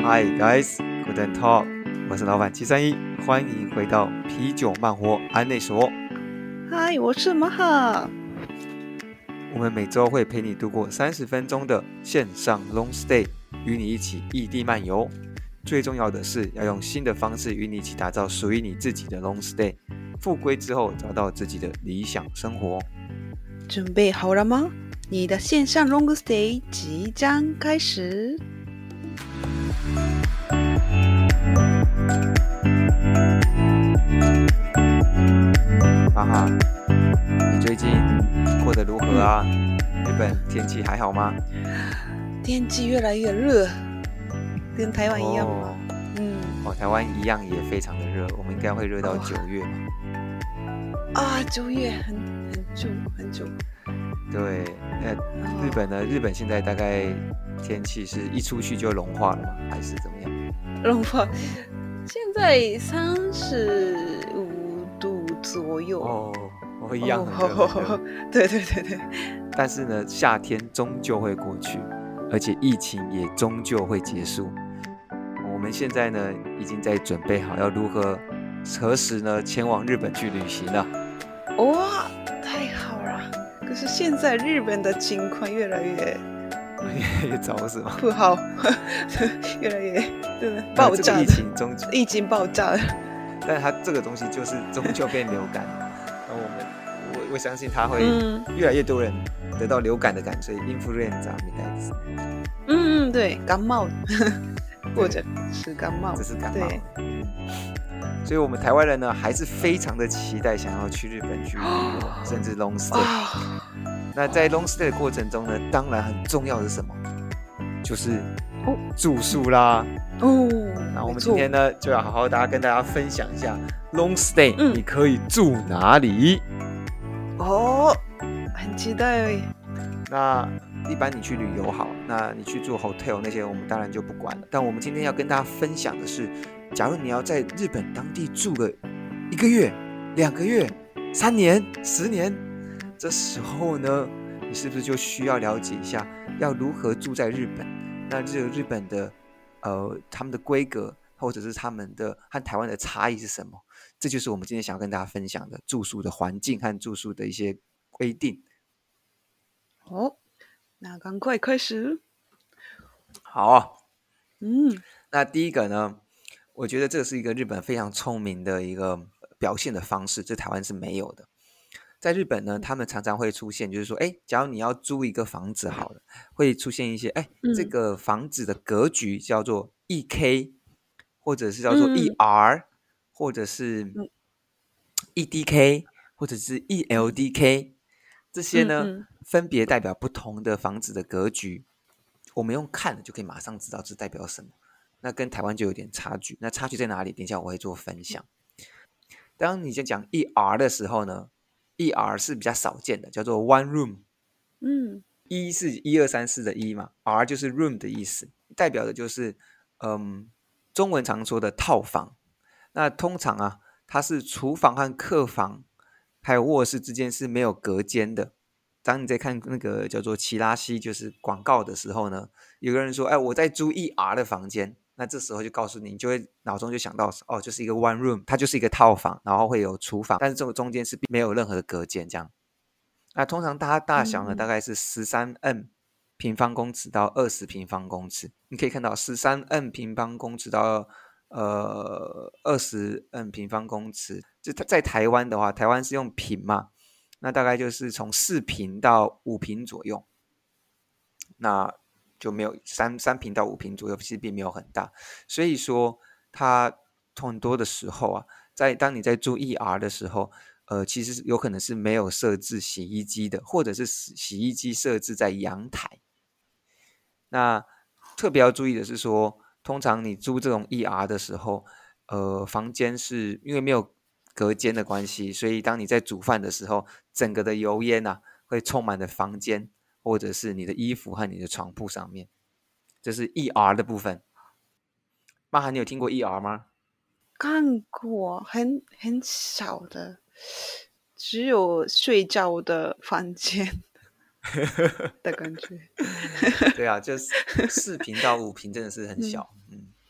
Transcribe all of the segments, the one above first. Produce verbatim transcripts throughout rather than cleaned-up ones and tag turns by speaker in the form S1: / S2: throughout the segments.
S1: Hi guys, Guten Talk， 我是老板七三一，欢迎回到啤酒慢活安内所。
S2: 嗨，我是马哈。
S1: 我们每周会陪你度过三十分钟的线上 long stay， 与你一起异地漫游。最重要的是要用新的方式与你一起打造属于你自己的 long stay， 复归之后找到自己的理想生活。
S2: 准备好了吗？你的线上 long stay 即将开始。
S1: 哈哈，你最近过得如何啊？日本天气还好吗？
S2: 天气越来越热，跟台湾一样吗？
S1: 哦，
S2: 嗯，
S1: 哦，台湾一样也非常的热，我们应该会热到九月嘛。
S2: 啊，九月很很久很久。
S1: 对，那日本呢？日本现在大概天气是一出去就融化了吗？还是怎么样？
S2: 融化，现在三十五度左右。
S1: 哦，哦，一样很热很热。
S2: 哦，对对对对。
S1: 但是呢，夏天终究会过去，而且疫情也终究会结束。我们现在呢，已经在准备好要如何、何时呢前往日本去旅行了。
S2: 哇，太好了！可是现在日本的情况越来越
S1: 越来越糟是吗？
S2: 不好，越来越真的爆炸了。
S1: 疫情终究
S2: 疫情爆炸了，
S1: 但是它这个东西就是终究变流感。然后我们我我相信它会越来越多人得到流感的感觉，インフルエンザみたいです。
S2: 嗯嗯，对，感冒或者是感冒，
S1: 这是感冒。所以我们台湾人呢，还是非常的期待想要去日本去旅游，甚至 long stay。那在 long stay 的过程中呢，当然很重要的是什么？就是住宿啦。哦，那我们今天呢，就要好好大家跟大家分享一下 long stay，嗯，你可以住哪里？
S2: 哦，很期待哎。
S1: 那一般你去旅游好，那你去住 hotel 那些我们当然就不管了。但我们今天要跟大家分享的是，假如你要在日本当地住个一个月、两个月、三年、十年，这时候呢，你是不是就需要了解一下要如何住在日本？那这个日本的呃他们的规格，或者是他们的和台湾的差异是什么？这就是我们今天想要跟大家分享的住宿的环境和住宿的一些规定。
S2: 哦，那赶快开始。
S1: 好啊，
S2: 嗯，
S1: 那第一个呢，我觉得这是一个日本非常聪明的一个表现的方式，这台湾是没有的。在日本呢，他们常常会出现，就是说，哎，假如你要租一个房子好了，会出现一些，哎，这个房子的格局叫做 E K， 或者是叫做 E R，嗯，或者是 E D K， 或者是 E L D K， 这些呢，嗯嗯，分别代表不同的房子的格局。我们用看的就可以马上知道这代表什么。那跟台湾就有点差距。那差距在哪里？等一下我会做分享。当你在讲 E R 的时候呢， E R 是比较少见的，叫做 one room。嗯，一是一二三四的一嘛 ，R 就是 room 的意思，代表的就是嗯中文常说的套房。那通常啊，它是厨房和客房还有卧室之间是没有隔间的。当你在看那个叫做奇拉西就是广告的时候呢，有个人说，哎，我在租 E R 的房间，那这时候就告诉你，你就会脑中就想到，哦，就是一个 one room， 它就是一个套房，然后会有厨房，但是这个中间是没有任何的隔间这样。那通常它大小呢，大概是 十三 M 平方公尺到二十平方公尺。你可以看到 十三 M 平方公尺到呃二十 M 平方公尺，就在台湾的话，台湾是用平嘛，那大概就是从四平到五平左右，那就没有三三平到五平左右，其实并没有很大。所以说，它很多的时候啊，在当你在住 E R 的时候，呃，其实有可能是没有设置洗衣机的，或者是洗衣机设置在阳台。那特别要注意的是说，通常你租这种 E R 的时候，呃，房间是因为没有隔间的关系，所以当你在煮饭的时候，整个的油烟啊会充满了房间，或者是你的衣服和你的床铺上面。这是 E R 的部分。妈涵，你有听过 E R 吗？
S2: 看过，很很小的，只有睡觉的房间的感觉。
S1: 对啊，就是四平到五平真的是很小。嗯，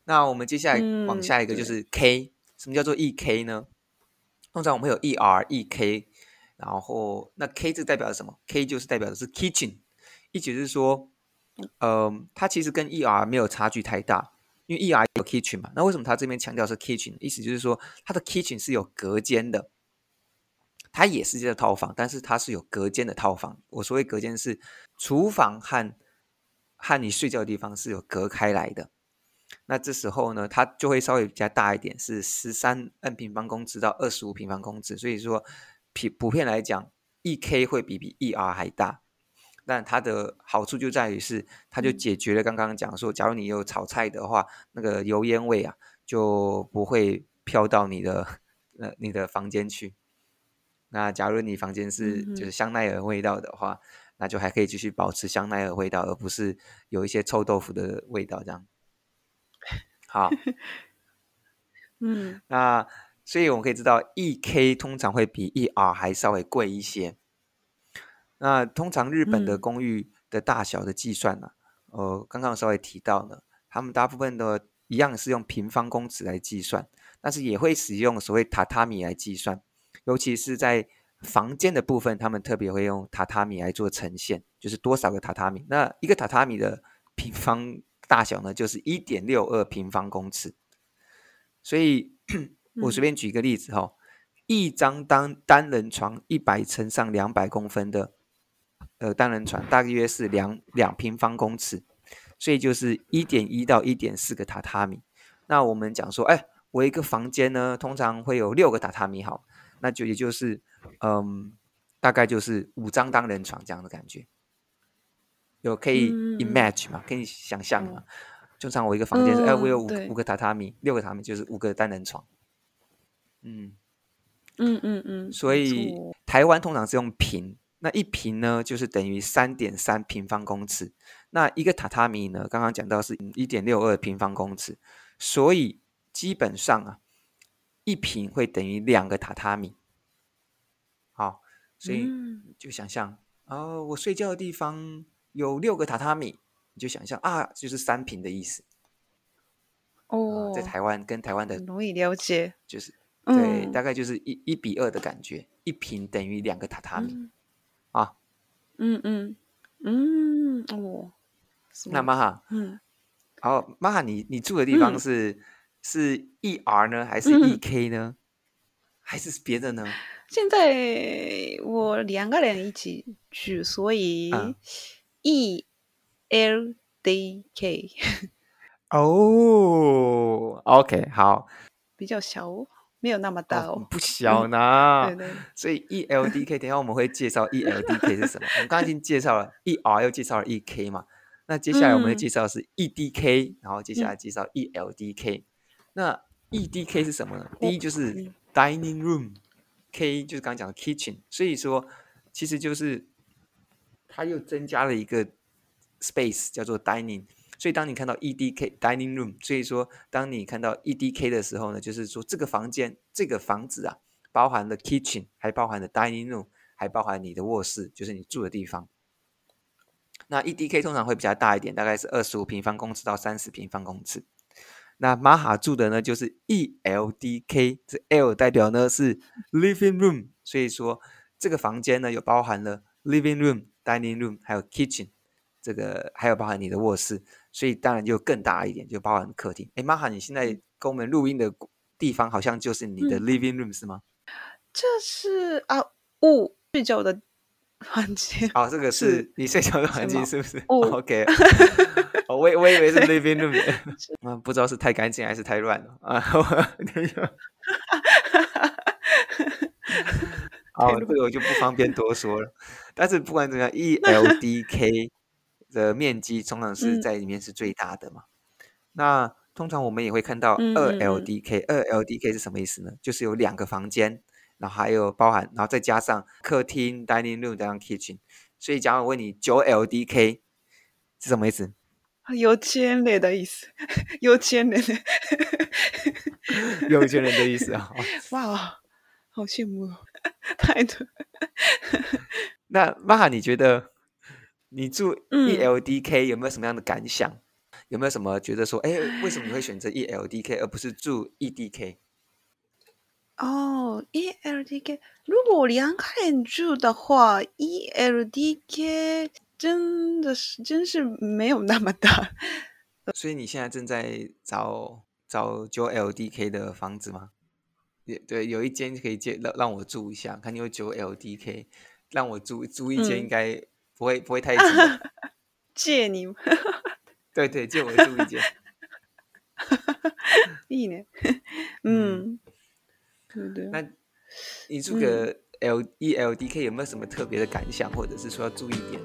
S1: 那我们接下来往
S2: 嗯，
S1: 下一个就
S2: 对，
S1: 是 K， 什么叫做 E K 呢？通常我们会有 E R、E K， 然后那 K 这代表的什么 ？K 就是代表的是 kitchen， 意思就是说，呃，它其实跟 E R 没有差距太大，因为 E R 有 kitchen 嘛。那为什么它这边强调是 kitchen？ 意思就是说，它的 kitchen 是有隔间的，它也是这个套房，但是它是有隔间的套房。我所谓隔间是厨房和和你睡觉的地方是有隔开来的。那这时候呢，它就会稍微比较大一点，是十三 n 平方公尺到二十五平方公尺。所以说，普遍来讲 ，E K 会比比 E R 还大。但它的好处就在于是，它就解决了刚刚讲说，假如你有炒菜的话，那个油烟味啊就不会飘到你的呃你的房间去。那假如你房间是就是香奈儿味道的话，那就还可以继续保持香奈儿味道，而不是有一些臭豆腐的味道这样。好，
S2: 嗯
S1: 那所以我们可以知道 E K 通常会比 E R 还稍微贵一些。那通常日本的
S2: 嗯
S1: 公寓的大小的计算呢、啊，呃，刚刚稍微提到呢，他们大部分的一样是用平方公尺来计算，但是也会使用所谓榻榻米来计算，尤其是在房间的部分，他们特别会用榻榻米来做呈现，就是多少个榻榻米。那一个榻榻米的平方大小呢，就是 一点六二平方公尺。所以我随便举一个例子哈、哦，一张单单人床一百乘上两百公分的呃单人床，大约是两两平方公尺，所以就是一点一到一点四个榻榻米。那我们讲说，哎，我一个房间呢，通常会有六个榻榻米，好，那就也就是嗯，大概就是五张单人床这样的感觉。有可以
S2: 嗯
S1: imagine 嘛？可以想象嘛？
S2: 哦
S1: 通常我一个房间是，哎，我有
S2: 嗯，对，
S1: 五五个榻榻米，六个榻榻米就是五个单人床。嗯，
S2: 嗯嗯嗯，没
S1: 所以
S2: 错，
S1: 台湾通常是用平，那一平呢就是等于三点三平方公尺。那一个榻榻米呢，刚刚讲到是一点六二平方公尺，所以基本上啊，一平会等于两个榻榻米。好，所以
S2: 嗯
S1: 就想象哦，我睡觉的地方有六个榻榻米，你就想象啊，就是三平的意思啊、呃在
S2: 哦，
S1: 台湾跟台湾的
S2: 很容易了解，
S1: 就是对，
S2: 嗯
S1: 大概就是一一比二的感觉，一平等于两个榻榻米
S2: 嗯
S1: 啊。
S2: 嗯嗯嗯，哦，すごい，
S1: 那玛哈，
S2: 嗯
S1: 哦，玛哈，你你住的地方
S2: 嗯
S1: 是是 E R 呢，还是
S2: 嗯。
S1: E K 呢，还是别的呢？
S2: 现在我两个人一起住，所
S1: 嗯，
S2: 以 E L D K
S1: 哦，OK，好，
S2: 比较小，没有那么大
S1: 哦，
S2: 哦。
S1: 不小
S2: 嗯，
S1: 呢。
S2: 对对，
S1: 所以 E L D K，等一下我们会介绍 E L D K 是什么。我们刚刚已经介绍了 E R，又介绍了 E K 嘛。那接下来我们会
S2: 嗯
S1: 介绍的是 E D K，然后接下
S2: 嗯，
S1: 来介绍 E L D K。那 E D K 是什么呢？第
S2: 我
S1: 一就是
S2: 嗯
S1: dining room，K 就是刚刚讲的 kitchen，所以说其实就是它又增加了一个 space 叫做 dining。所以当你看到 E D K dining room，所以说当你看到 E D K 的时候呢，就是说这个房间这个房子啊，包含了 kitchen，还包含了 dining room，还包含你的卧室，就是你住的地方。那 E D K 通常会比较大一点，大概是二十五平方公尺到三十平方公尺。那玛哈住的呢就是 E L D K， 这 L 代表呢是 living room， 所以说这个房间呢有包含了 living room、dining room 还有 kitchen， 这个还有包含你的卧室，所以当然就更大一点，就包含客厅。哎，玛哈，你现在
S2: 嗯
S1: 跟我们录音的地方好像就是你的
S2: 嗯，
S1: living room 是吗？
S2: 这是啊，我睡觉的房间
S1: 哦，这个
S2: 是
S1: 是你睡觉的环境
S2: 什么？
S1: 是不是
S2: 哦，
S1: ？OK，哦，我我以为是
S2: 对，
S1: living room，嗯，不知道是太干净还是太乱了啊。哦，
S2: 太乱。
S1: 这个我就不方便多说了。但是不管怎么样，E L D K 的面积通常是
S2: 嗯
S1: 在里面是最大的嘛。那通常我们也会看到
S2: 嗯
S1: 二
S2: 嗯嗯
S1: L D K，二 L D K 是什么意思呢？就是有两个房间，然后还有包含，然后再加上客厅、dining room 加上 kitchen。所以假如我问你九 L D K 是什么意思？
S2: 有钱人的意思，有钱人。
S1: 有钱人的意思啊。
S2: 哇，好羡慕哦，太多。
S1: 那玛哈，你觉得你住
S2: 嗯，
S1: E L D K 有没有什么样的感想？ 有没有什么觉得说，哎，为什么你会选择 E L D K 而不是住 E D K？
S2: 哦，E L D K，如果两个人住的话，E L D K 真的是真是没有那么大。
S1: 所以你现在正在找找九 L D K 的房子吗？也对，有一间可以借让让我住一下，看你有九 L D K，让我住租一间应
S2: 嗯，
S1: 该不会不会太挤吧？
S2: 借你
S1: 对对，借我住一间。
S2: いいね。う
S1: 嗯，
S2: ん。对对，
S1: 那你住
S2: 嗯。
S1: 个 L E L D K 有没有什么特别的感想，或者是说要注意点？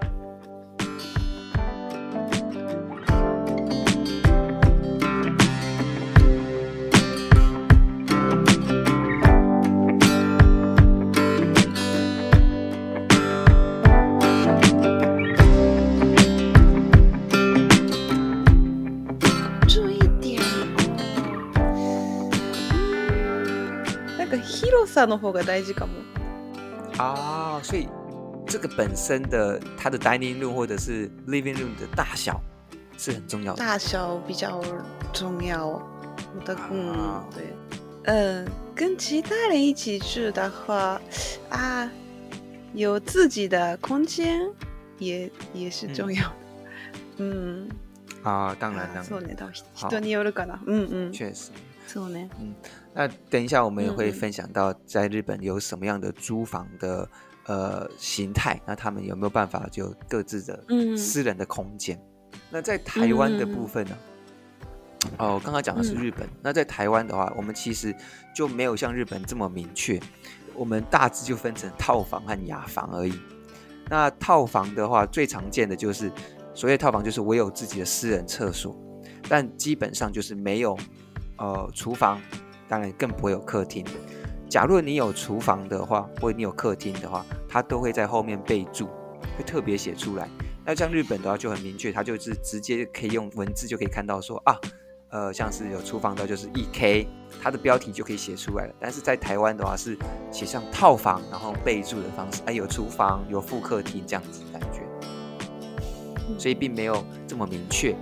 S2: 注意点哦。嗯，なんか広さの方が大事かも。
S1: 啊，所以这个本身的它的 dining room 或者是 living room 的大小是很重要的
S2: 大小比较重要。我的嗯，
S1: 啊。
S2: 对，嗯，跟其他人一起住的话，啊，有自己的空间也也是重要的。嗯，
S1: 啊，当然
S2: あ、
S1: 当然，
S2: そうね、多分
S1: 好，
S2: 人によるかな。うんうん。
S1: 确实，
S2: そうね。
S1: 嗯，那等一下我们也会
S2: 嗯嗯
S1: 分享到在日本有什么样的租房的呃形态，那他们有没有办法就有各自的
S2: 嗯
S1: 私人的空间？那在台
S2: 嗯
S1: 湾的
S2: 嗯嗯
S1: 部分呢？哦，刚刚讲的是
S2: 嗯
S1: 日本，那在台湾的话，我们其实就没有像日本这么明确，我们大致就分成套房和雅房而已。那套房的话，最常见的就是所谓套房，就是我有自己的私人厕所，但基本上就是没有呃厨房，当然更不会有客厅。假如你有厨房的话，或者你有客厅的话，它都会在后面备注，会特别写出来。那像日本的话就很明确，它就是直接可以用文字就可以看到说啊，呃，像是有厨房的就是 E K， 它的标题就可以写出来了。但是在台湾的话是写上套房，然后备注的方式，哎、啊，有厨房，有副客厅这样子的感觉，所以并没有这么明确。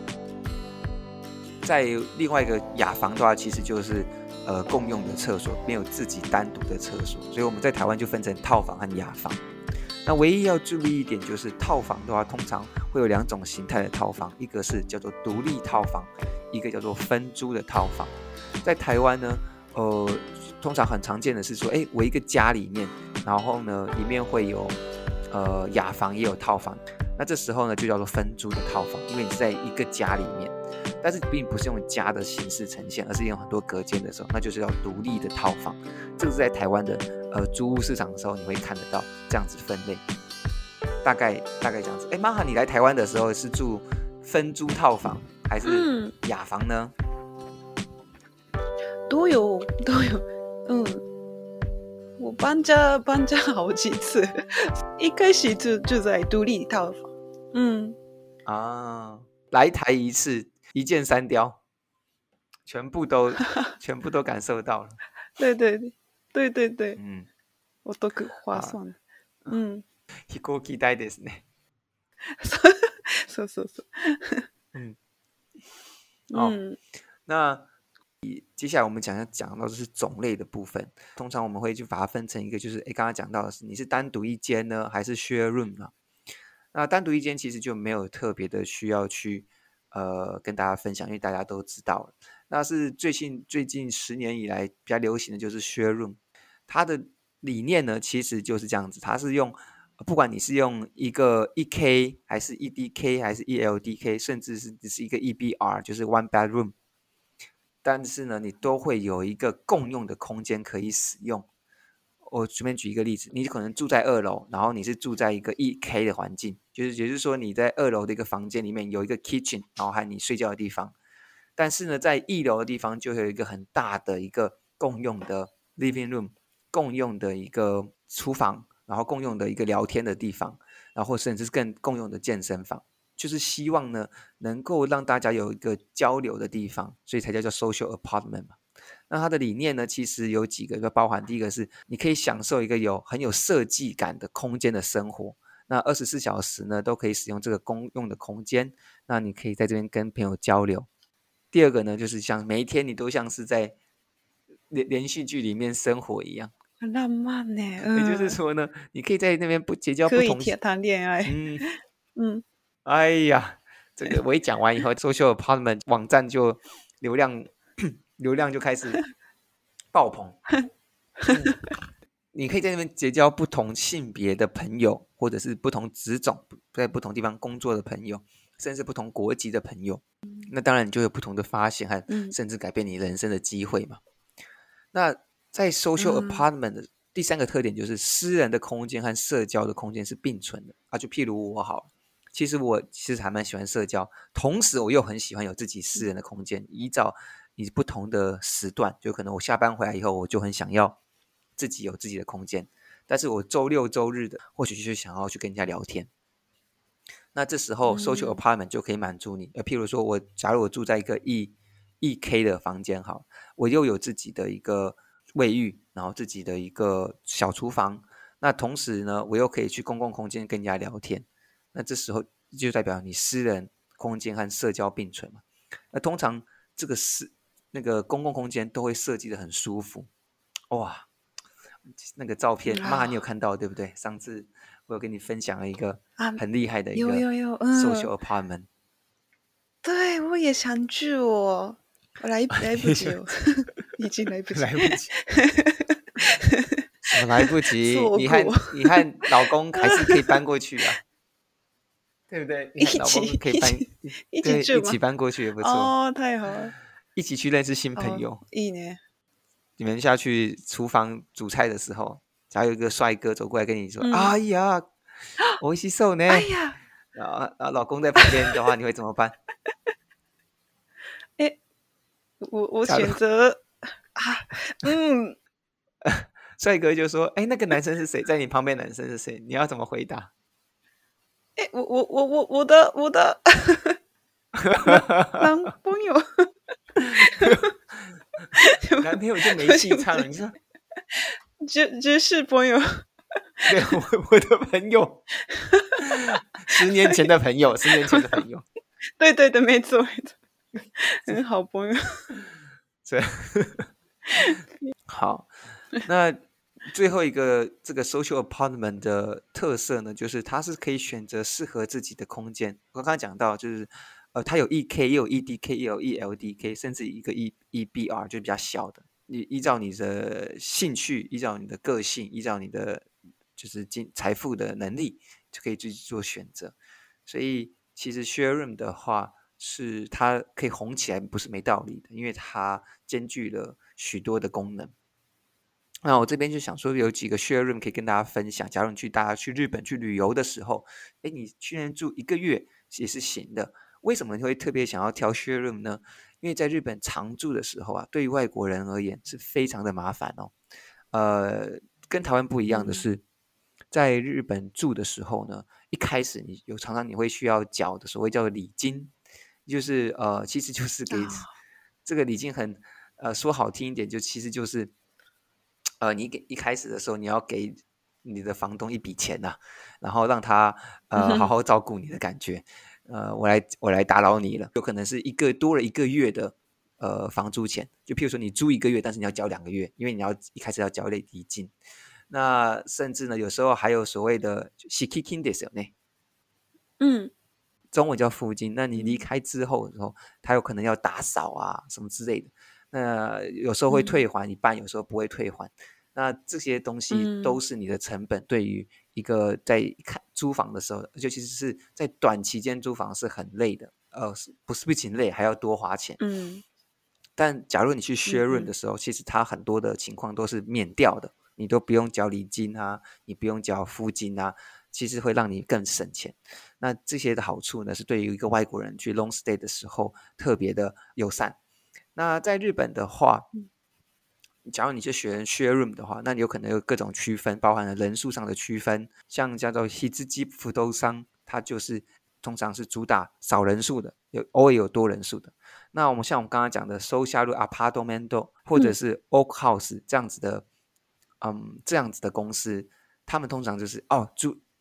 S1: 在另外一个雅房的话，其实就是呃共用的厕所，没有自己单独的厕所，所以我们在台湾就分成套房和雅房。那唯一要注意一点就是套房的话，通常会有两种形态的套房，一个是叫做独立套房，一个叫做分租的套房。在台湾呢，呃，通常很常见的是说，哎，我一个家里面，然后呢，里面会有呃雅房也有套房，那这时候呢就叫做分租的套房，因为你是在一个家里面，但是并不是用家的形式呈现，而是用很多隔间的时候，那就是叫独立的套房。这个是在台湾的呃租屋市场的时候，你会看得到这样子分类，大概大概这样子。哎，妈哈，你来台湾的时候是住分租套房还是雅房呢？
S2: 都有都有，嗯，我搬家搬家好几次，一开始就就在独立套房，嗯，
S1: 啊，来台一次一箭三雕，全部都全部都感受到了。
S2: 对对对对对对，
S1: 嗯，
S2: お得划算，嗯，
S1: 飛行機代ですね。
S2: そうそうそう，
S1: 嗯，哦，
S2: 嗯
S1: 那接下来我们讲要讲到的是种类的部分，通常我们会就把它分成一个，就是诶刚刚讲到的是你是单独一间呢，还是 share room 呢？那单独一间其实就没有特别的需要去呃跟大家分享，因为大家都知道了。那是最近最近十年以来比较流行的就是 share room，它的理念呢其实就是这样子，它是用不管你是用一个 E K 还是 E D K 还是 E L D K， 甚至是只是一个 E B R， 就是 one bedroom。但是呢，你都会有一个共用的空间可以使用。我随便举一个例子，你可能住在二楼，然后你是住在一个 E K 的环境，就是也就是说你在二楼的一个房间里面有一个 kitchen， 然后还有你睡觉的地方。但是呢，在一楼的地方就会有一个很大的一个共用的 living room， 共用的一个厨房，然后共用的一个聊天的地方，然后甚至是更共用的健身房。就是希望呢，能够让大家有一个交流的地方，所以才叫做 social apartment 嘛。那它的理念呢，其实有几个，包含第一个是你可以享受一个有很有设计感的空间的生活， 那二十四小时呢都可以使用这个公用的空间，那你可以在这边跟朋友交流。第二个呢，就是像每一天你都像是在连连续剧里面生活一样，
S2: 很浪漫呢。
S1: 也就是
S2: 嗯，
S1: 说呢，你可以在那边不结交不同，
S2: 可以谈谈恋爱。
S1: 嗯，
S2: 嗯
S1: 哎呀，这个我一讲完以后，social apartment 网站就流量流量就开始爆棚。嗯，你可以在那边结交不同性别的朋友，或者是不同职种，在不同地方工作的朋友，甚至不同国籍的朋友。那当然，你就有不同的发现和
S2: 嗯
S1: 甚至改变你人生的机会嘛。那在 social
S2: 嗯
S1: apartment 的第三个特点就是私人的空间和社交的空间是并存的啊。就譬如我好了，其实我其实还蛮喜欢社交，同时我又很喜欢有自己私人的空间。依照你不同的时段，就可能我下班回来以后，我就很想要自己有自己的空间，但是我周六周日的或许就是想要去跟人家聊天。那这时候 social
S2: 嗯
S1: apartment 就可以满足你。呃，譬如说我假如我住在一个 E E K 的房间，好，我又有自己的一个卫浴，然后自己的一个小厨房，那同时呢，我又可以去公共空间跟人家聊天。那这时候就代表你私人空间和社交并存嘛。那通常这个是那个公共空间都会设计的很舒服，哇，那个照片，妈，你有
S2: 啊
S1: 看到对不对？上次我有跟你分享了一个
S2: 啊，
S1: 很厉害的一个
S2: 有有有，嗯，
S1: social apartment。
S2: 对，我也想去哦，我来来不及哦，已经来不及，
S1: 来不及，什么来不及？
S2: 错
S1: 你和
S2: 过，
S1: 你和老公还是可以搬过去啊，对不对？你
S2: 一
S1: 和老公
S2: 起
S1: 可以搬，
S2: 一起一起
S1: 对，
S2: 住吗？
S1: 一起搬过去也不错，
S2: 哦，太好了，
S1: 一起去认识新朋
S2: 哦，
S1: 友。
S2: いいね。
S1: 你们下去厨房煮菜的时候，假如有一个帅哥走过来跟你说：
S2: 嗯，
S1: “哎呀，我洗手呢。”
S2: 哎呀，
S1: 然后，然后老公在旁边的话，你会怎么办？
S2: 哎，我我
S1: 假如
S2: 选择啊，嗯，
S1: 帅哥就说：“哎，那个男生是谁？在你旁边男生是谁？”你要怎么回答？
S2: 哎，我我我我我的我的男男朋友，
S1: 男朋友就没戏唱了。你说，
S2: 只只是朋友，
S1: 对，我我的朋友，十年前的朋友，十年前的朋友，
S2: 对对对，没错没错，很好朋友。
S1: 这好。那最后一个这个 social apartment 的特色呢，就是它是可以选择适合自己的空间。我刚刚讲到，就是呃，它有 E K， 也有 E D K， 也有 E L D K， 甚至一个 E E B R 就比较小的。你依照你的兴趣，依照你的个性，依照你的就是金财富的能力，就可以去做选择。所以其实 share room 的话，是它可以红起来，不是没道理的，因为它兼具了许多的功能。那我这边就想说，有几个 share room 可以跟大家分享。假如你去大家去日本去旅游的时候，哎，你去那边住一个月也是行的。为什么你会特别想要挑 share room 呢？因为在日本常住的时候啊，对于外国人而言是非常的麻烦哦。呃，跟台湾不一样的
S2: 嗯
S1: 是，在日本住的时候呢，一开始你有常常你会需要缴的所谓叫做礼金，就是呃，其实就是给
S2: 啊，
S1: 这个礼金很呃说好听一点，就其实就是呃，你给一开始的时候你要给你的房东一笔钱呐、然后让他呃好好照顾你的感觉。呃，我来我来打扰你了，有可能是一个多了一个月的呃房租钱，就譬如说你租一个月，但是你要交两个月，因为你要一开始要交礼金。那甚至呢，有时候还有所谓的洗 k i k i n 的时候呢，
S2: 嗯
S1: 中文叫付金。那你离
S2: 嗯
S1: 开之后的时候，他有可能要打扫啊什么之类的。那有时候会退
S2: 嗯
S1: 还一半，有时候不会退还。那这些东西都
S2: 嗯
S1: 是你的成本，对于一个在看租房的时候，尤其是在短期间租房是很累的，呃，不是不仅累，还要多花钱。
S2: 嗯
S1: 但假如你去 share
S2: 嗯
S1: room 的
S2: 嗯
S1: 时候，其实它很多的情况都是免掉的，你都不用缴礼金啊，你不用缴付金啊，其实会让你更省钱。那这些的好处呢，是对于一个外国人去 long stay 的时候特别的友善。那在日本的话，
S2: 嗯
S1: 假如你是学 share room 的话，那你有可能有各种区分，包含了人数上的区分，像叫做 Hitsji 福都商，它就是通常是主打少人数的，有偶尔有多人数的。那我们像我们刚刚讲的 social apartment 或者
S2: 嗯
S1: 是 oak house 这样子的，嗯，这样子的公司，他们通常就是哦住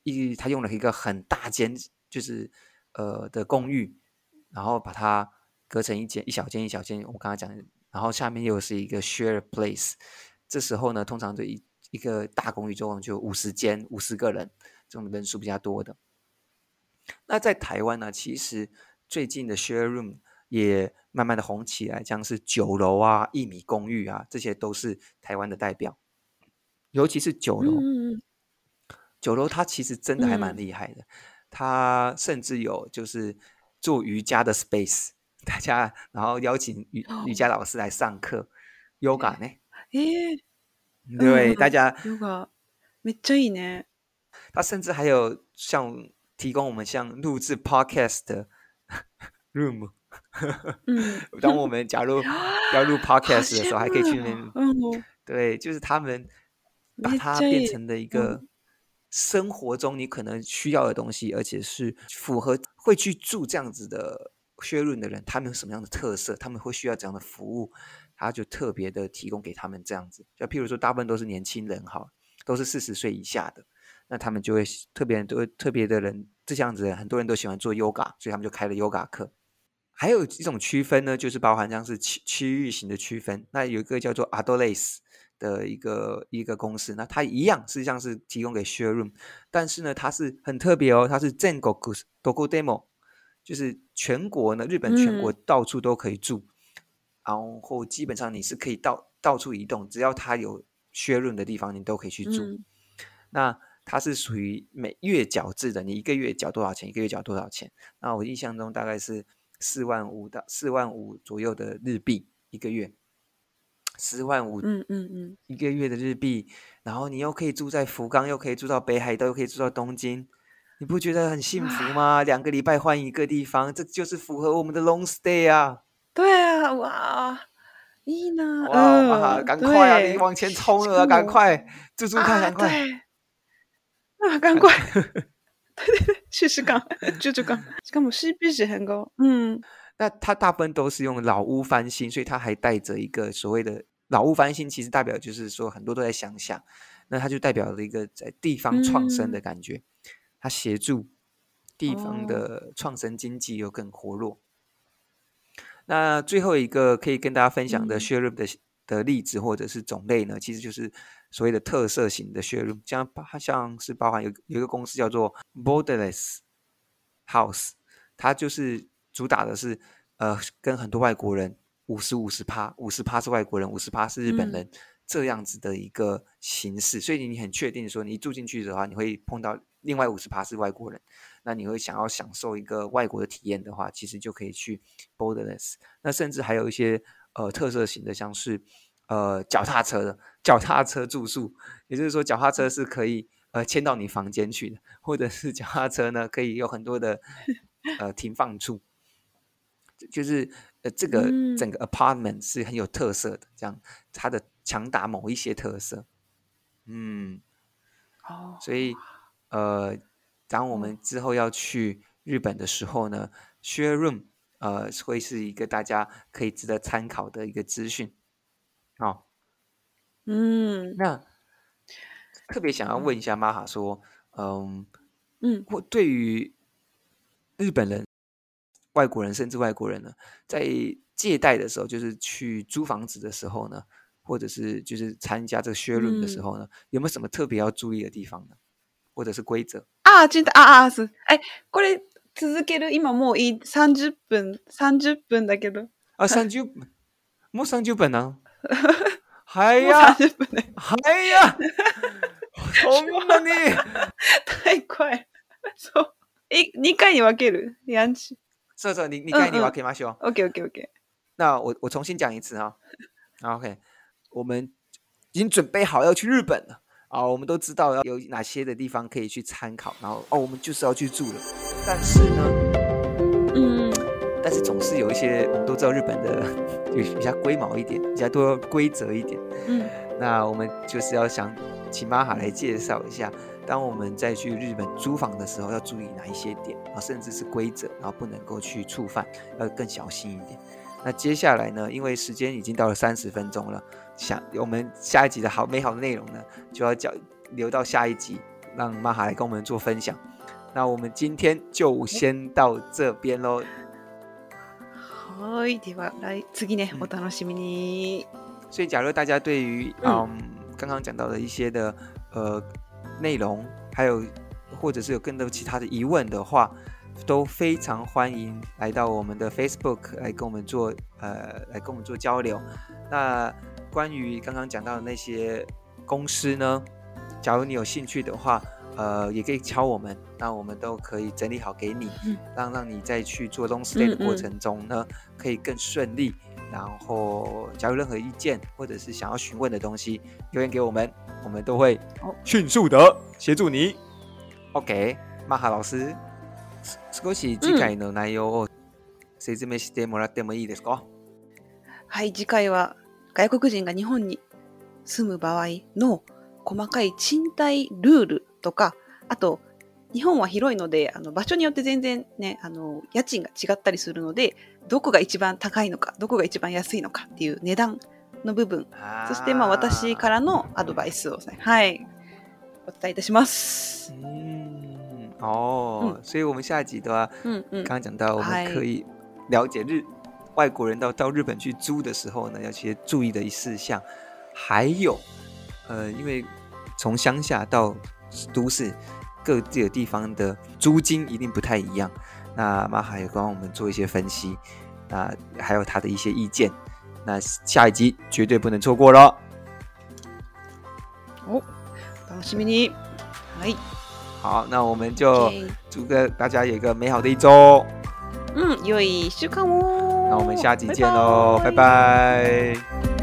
S1: 一他用了一个很大间就是呃的公寓，然后把它隔成一间一小间一小间，我刚刚讲的，然后下面又是一个 share place。这时候呢，通常这一一个大公寓中就五十间五十个人，这种人数比较多的。那在台湾呢，其实最近的 share room 也慢慢的红起来，像是九楼啊、一米公寓啊，这些都是台湾的代表。尤其是九楼，
S2: 嗯嗯
S1: 九楼它其实真的还蛮厉害的，它甚至有就是做瑜伽的 space， 大家然后邀请瑜瑜伽老师来上课 yoga 呢。
S2: えー、
S1: 对，大
S2: 嗯
S1: 家
S2: ヨガめっちゃいいね。
S1: 它甚至还有像提供我们像录制 podcast 的 room。
S2: 嗯，
S1: 当我们假如要录 podcast 的时候，还可以去那边。
S2: 嗯，
S1: 对，就是他们把它变成了一个生活中你可能需要的东西，而且是符合会去住这样子的share room的人，他们有什么样的特色，他们会需要怎样的服务，他就特别的提供给他们这样子。就譬如说，大部分都是年轻人哈，都是四十岁以下的，那他们就会特别都特别的人，这样子的人很多人都喜欢做 yoga， 所以他们就开了 yoga 课。还有一种区分呢，就是包含像是区区域型的区分。那有一个叫做 Adoles 的一个一个公司，那它一样实际上是提供给 share room， 但是呢，它是很特别哦，它是全国Dokodemo，就是全国呢，日本全国到处都可以住，嗯、然后基本上你是可以到到处移动，只要它有 share room 的地方，你都可以去住。嗯、那它是属于每月缴制的，你一个月缴多少钱，一个月缴多少钱。那我印象中大概是四万五到四万五左右的日币一个月，十万五，嗯嗯嗯，一个月的日币，然后你又可以住在福冈，又可以住到北海道，又可以住到东京，你不觉得很幸福吗？两个礼拜换一个地方，这就是符合我们的 long stay 啊！
S2: 对啊，哇，いいな，
S1: 哇，赶快啊，你往前冲了啊，赶快住住看，赶快
S2: 啊，赶快！对对对，试试看，住住看，しかも C P 值很高。嗯，
S1: 那它大部分都是用老屋翻新，所以它还带着一个所谓的老屋翻新，其实代表就是说很多都在乡下，那它就代表了一个在地方创生的感觉，嗯、它协助地方的创生经济又更活络。哦、那最后一个可以跟大家分享的 share room 的、嗯、的例子或者是种类呢，其实就是所谓的特色型的 share room， 像它像是包含有有一个公司叫做 Borderless House， 它就是主打的是呃跟很多外国人五十五十趴，五十趴是外国人，五十趴是日本人、嗯、这样子的一个形式，所以你很确定说你一住进去的话，你会碰到另外五十趴是外国人，那你会想要享受一个外国的体验的话，其实就可以去 Borderless。那甚至还有一些呃特色型的，像是呃脚踏车的脚踏车住宿，也就是说脚踏车是可以呃牵到你房间去的，或者是脚踏车呢可以有很多的呃停放处，就是呃这个整个 apartment 是很有特色的，这样它的强打某一些特色，嗯，哦，所以呃当我们之后要去日本的时候呢、哦、share room 呃会是一个大家可以值得参考的一个资讯。哦，嗯，那特别想要问一下玛哈说，嗯嗯，或对于日本人、外国人甚至外国人呢，在借贷的时候，就是去租房子的时候呢，或者是就是参加这个 share room 的时候呢、嗯，有没有什么特别要注意的地方呢？或者是规则？
S2: あ、ちんた、あ、あ、そう。え、これ続ける？今もういいさんじゅっぷん、さんじゅっぷんだけど。
S1: あ、さんじゅっぷん。もうさんじゅっぷんなの？早っ。早っ。そんなに。
S2: 太快。そう。え、にかいに分ける？两次。
S1: そうそう、にかいに分けましょう。
S2: OK OK OK。
S1: 那我我重新讲一次哈。OK， 我们已经准备好要去日本了。啊，我们都知道有哪些的地方可以去参考，然后哦，我们就是要去住了。但是呢，嗯，但是总是有一些我们都知道日本的比较龟毛一点，比较多规则一点。嗯，那我们就是要想请玛哈来介绍一下，当我们再去日本租房的时候，要注意哪一些点啊，甚至是规则，然后不能够去触犯，要更小心一点。那接下来呢，因为时间已经到了三十分钟了。想我们下一集的好美好的内容呢，就要留到下一集让玛哈来跟我们做分享。那我们今天就先到这边咯。
S2: はい、では来次ね、お楽しみに。
S1: 所以假如大家对于嗯刚刚讲到的一些的呃内容，还有或者是有更多其他的疑问的话，都非常欢迎来到我们的 Facebook 来跟我们做呃来跟我们做交流。那关于刚刚讲到的那些公司呢，假如你有兴趣的话，呃，也可以敲我们，那我们都可以整理好给你，嗯、让让你在去做 long stay 的过程中呢，嗯嗯可以更顺利。然后，假如任何意见或者是想要询问的东西，留言给我们，我们都会迅速的协助你。OK， 玛哈老師、少し次回の内容を説明してもらってもいいですか？
S2: はい、次回は外国人が日本に住む場合の細かい賃貸ルールとか、あと日本は広いので、あの場所によって全然ね、あの家賃が違ったりするので、どこが一番高いのか、どこが一番安いのかっていう値段の部分、そしてまあ私からのアドバイスを、はい、お伝えいたします。
S1: 嗯，哦，嗯、所以我们下一集的话，嗯嗯，刚刚讲到我们可以了解日、外国人到到日本去租的时候呢，要些注意的事项，还有，呃，因为从乡下到都市。各自的地方的租金一定不太一样，那玛哈也帮我们做一些分析，那还有他的一些意见，那下一集绝对不能错过咯。
S2: 哦，楽しみに。はい。
S1: 好，那我们就祝个大家有一个美好的一周。
S2: 嗯，良い一週間を。
S1: 那我们下集见喽，拜拜。拜拜。